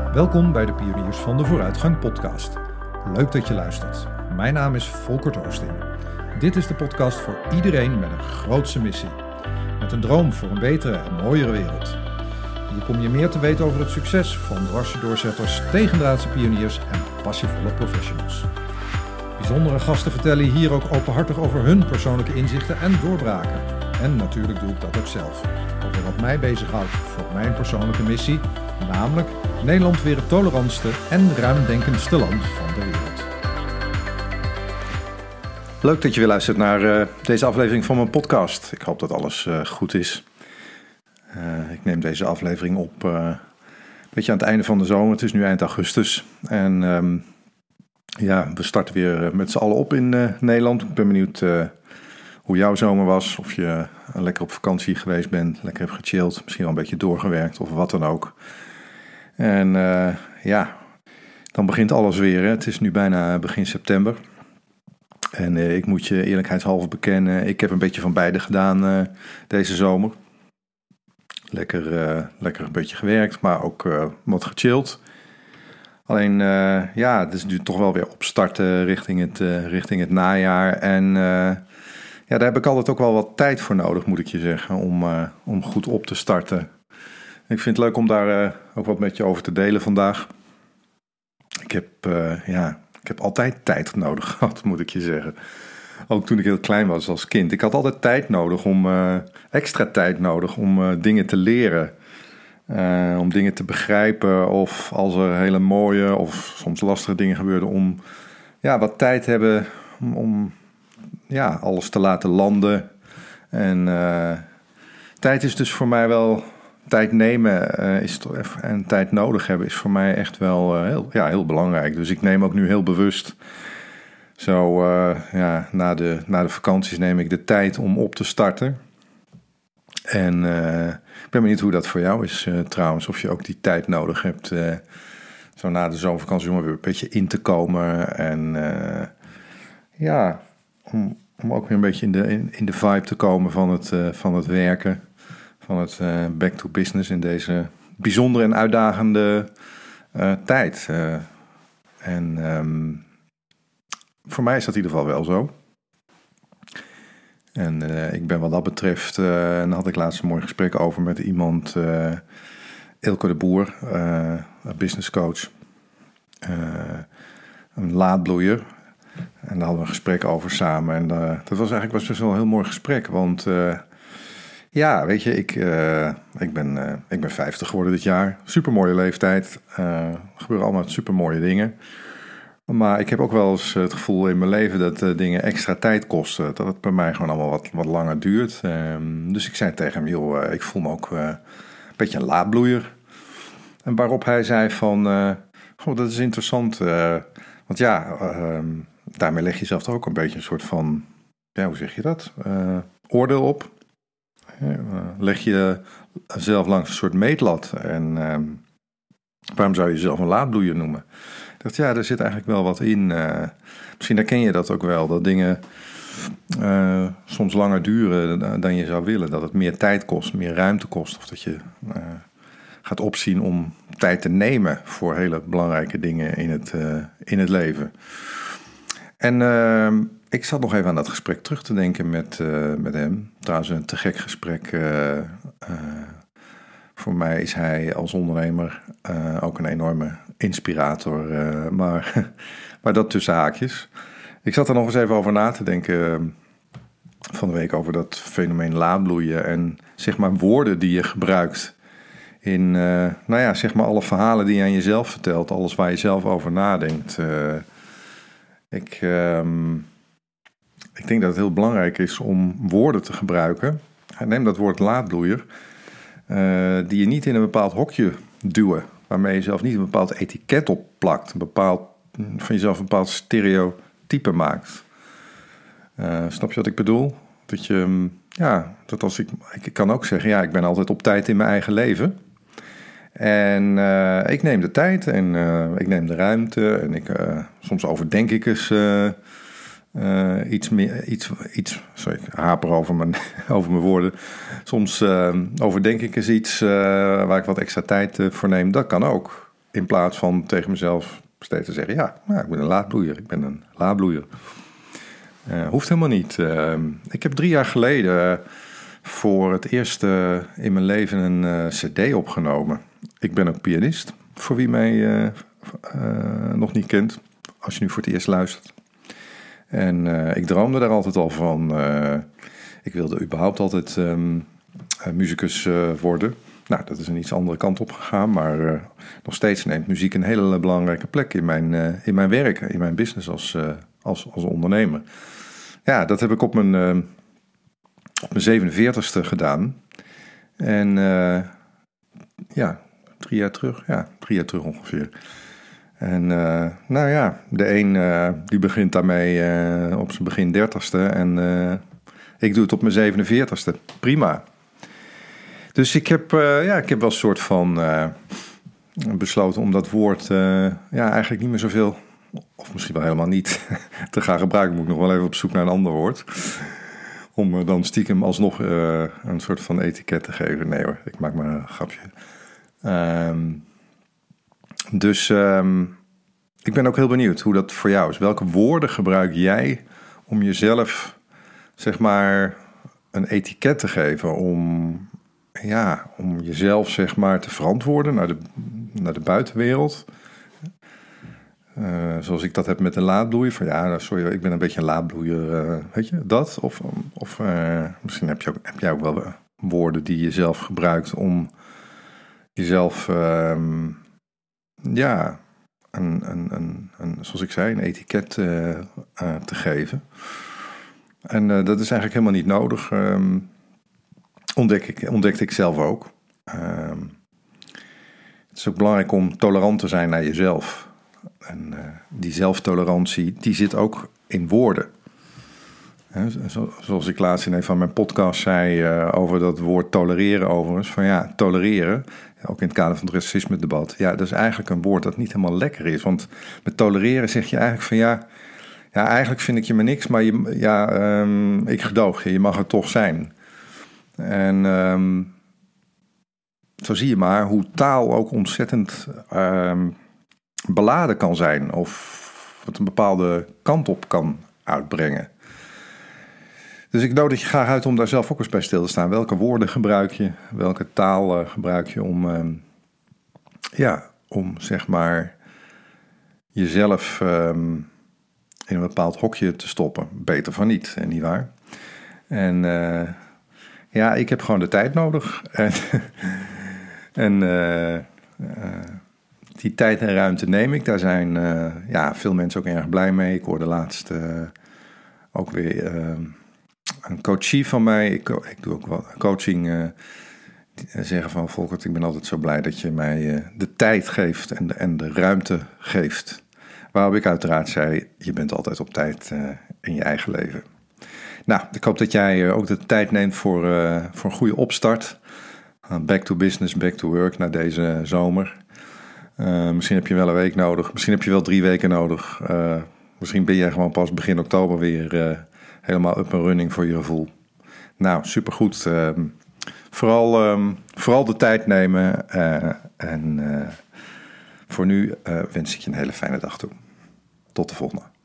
Welkom bij de Pioniers van de Vooruitgang podcast. Leuk dat je luistert. Mijn naam is Volkert Oosting. Dit is de podcast voor iedereen met een grootse missie. Met een droom voor een betere en mooiere wereld. Hier kom je meer te weten over het succes van dwarsdoorzetters, tegendraadse pioniers en passievolle professionals. Bijzondere gasten vertellen hier ook openhartig over hun persoonlijke inzichten en doorbraken. En natuurlijk doe ik dat ook zelf. Over wat mij bezighoudt voor mijn persoonlijke missie, namelijk Nederland weer het tolerantste en ruimdenkendste land van de wereld. Leuk dat je weer luistert naar deze aflevering van mijn podcast. Ik hoop dat alles goed is. Ik neem deze aflevering op een beetje aan het einde van de zomer. Het is nu eind augustus. En we starten weer met z'n allen op in Nederland. Ik ben benieuwd hoe jouw zomer was. Of je lekker op vakantie geweest bent. Lekker hebt gechilled. Misschien wel een beetje doorgewerkt of wat dan ook. En dan begint alles weer. Hè. Het is nu bijna begin september. En ik moet je eerlijkheidshalve bekennen, ik heb een beetje van beide gedaan deze zomer. Lekker een beetje gewerkt, maar ook wat gechilled. Alleen, het is nu toch wel weer opstarten richting het najaar. En daar heb ik altijd ook wel wat tijd voor nodig, moet ik je zeggen, om goed op te starten. Ik vind het leuk om daar ook wat met je over te delen vandaag. Ik heb altijd tijd nodig gehad, moet ik je zeggen. Ook toen ik heel klein was als kind. Ik had altijd tijd nodig extra tijd nodig om dingen te leren. Om dingen te begrijpen. Of als er hele mooie of soms lastige dingen gebeurden. Om wat tijd te hebben om alles te laten landen. En tijd is dus voor mij wel... Tijd nemen en tijd nodig hebben is voor mij echt wel heel belangrijk. Dus ik neem ook nu heel bewust. Zo na de vakanties neem ik de tijd om op te starten. En ik ben benieuwd hoe dat voor jou is trouwens. Of je ook die tijd nodig hebt. Zo na de zomervakantie om weer een beetje in te komen. En om ook weer een beetje in de vibe te komen van het werken. Van het back to business in deze bijzondere en uitdagende tijd. Voor mij is dat in ieder geval wel zo. En ik ben wat dat betreft... en daar had ik laatst een mooi gesprek over met iemand... Ilke de Boer, een business coach. Een laadbloeier. En daar hadden we een gesprek over samen. En dat was dus wel een heel mooi gesprek. Want... weet je, ik ben 50 geworden dit jaar. Supermooie leeftijd. Er gebeuren allemaal supermooie dingen. Maar ik heb ook wel eens het gevoel in mijn leven dat dingen extra tijd kosten. Dat het bij mij gewoon allemaal wat langer duurt. Dus ik zei tegen hem, joh, ik voel me ook een beetje een laadbloeier. En waarop hij zei van, dat is interessant. Want daarmee leg je zelf toch ook een beetje een soort van, hoe zeg je dat? Oordeel op. Leg je zelf langs een soort meetlat. En waarom zou je jezelf een laadbloeier noemen? Ik dacht, er zit eigenlijk wel wat in. Misschien herken je dat ook wel. Dat dingen soms langer duren dan je zou willen. Dat het meer tijd kost, meer ruimte kost. Of dat je gaat opzien om tijd te nemen voor hele belangrijke dingen in het leven. En... ik zat nog even aan dat gesprek terug te denken met hem. Trouwens, een te gek gesprek. Voor mij is hij als ondernemer ook een enorme inspirator. Maar dat tussen haakjes. Ik zat er nog eens even over na te denken van de week over dat fenomeen laadbloeien. En zeg maar woorden die je gebruikt in alle verhalen die je aan jezelf vertelt. Alles waar je zelf over nadenkt. Ik denk dat het heel belangrijk is om woorden te gebruiken. Neem dat woord laadbloeier. Die je niet in een bepaald hokje duwen. Waarmee je zelf niet een bepaald etiket opplakt. Van jezelf een bepaald stereotype maakt. Snap je wat ik bedoel? Dat als ik kan ook zeggen, ik ben altijd op tijd in mijn eigen leven. En ik neem de tijd en ik neem de ruimte. En soms overdenk ik eens... Sorry, ik haper over mijn woorden. Soms overdenk ik eens iets waar ik wat extra tijd voor neem. Dat kan ook. In plaats van tegen mezelf steeds te zeggen, ik ben een laadbloeier. Hoeft helemaal niet. Ik heb 3 jaar geleden voor het eerst in mijn leven een cd opgenomen. Ik ben ook pianist, voor wie mij nog niet kent, als je nu voor het eerst luistert. En ik droomde daar altijd al van. Ik wilde überhaupt altijd musicus worden. Nou, dat is een iets andere kant op gegaan, maar nog steeds neemt muziek een hele belangrijke plek in mijn werk, in mijn business als ondernemer. Ja, dat heb ik op mijn 47ste gedaan. En 3 jaar terug. Ja, 3 jaar terug ongeveer. En de een die begint daarmee op zijn begin 30ste. En ik doe het op mijn 47ste. Prima. Dus ik heb wel een soort van besloten om dat woord eigenlijk niet meer zoveel, of misschien wel helemaal niet, te gaan gebruiken. Moet ik nog wel even op zoek naar een ander woord. Om dan stiekem alsnog een soort van etiket te geven. Nee hoor, ik maak maar een grapje. Ik ben ook heel benieuwd hoe dat voor jou is. Welke woorden gebruik jij om jezelf, zeg maar, een etiket te geven? Om jezelf, zeg maar, te verantwoorden naar de buitenwereld. Zoals ik dat heb met een laadbloeier. Van sorry, ik ben een beetje een laadbloeier. Weet je, dat? Of misschien heb jij ook wel woorden die je zelf gebruikt om jezelf, zoals ik zei, een etiket te geven. En dat is eigenlijk helemaal niet nodig. Ontdekte ik zelf ook. Het is ook belangrijk om tolerant te zijn naar jezelf. En die zelftolerantie, die zit ook in woorden. Zoals ik laatst in een van mijn podcasts zei over dat woord tolereren overigens. Van tolereren, ook in het kader van het racisme-debat. Ja, dat is eigenlijk een woord dat niet helemaal lekker is. Want met tolereren zeg je eigenlijk van eigenlijk vind ik je maar niks. Maar ik gedoog je, je mag er toch zijn. En zo zie je maar hoe taal ook ontzettend beladen kan zijn. Of het een bepaalde kant op kan uitbrengen. Dus ik nodig je graag uit om daar zelf ook eens bij stil te staan. Welke woorden gebruik je? Welke taal gebruik je om zeg maar jezelf in een bepaald hokje te stoppen? Beter van niet, nietwaar? En ik heb gewoon de tijd nodig. En die tijd en ruimte neem ik. Daar zijn veel mensen ook erg blij mee. Ik hoorde laatst ook weer een coachie van mij. Ik doe ook wel coaching. Zeggen van Volkert, ik ben altijd zo blij dat je mij de tijd geeft en de ruimte geeft. Waarop ik uiteraard zei, je bent altijd op tijd in je eigen leven. Nou, ik hoop dat jij ook de tijd neemt voor een goede opstart. Back to business, back to work na deze zomer. Misschien heb je wel een week nodig. Misschien heb je wel 3 weken nodig. Misschien ben jij gewoon pas begin oktober weer helemaal up and running voor je gevoel. Nou, supergoed. Vooral de tijd nemen. En voor nu wens ik je een hele fijne dag toe. Tot de volgende.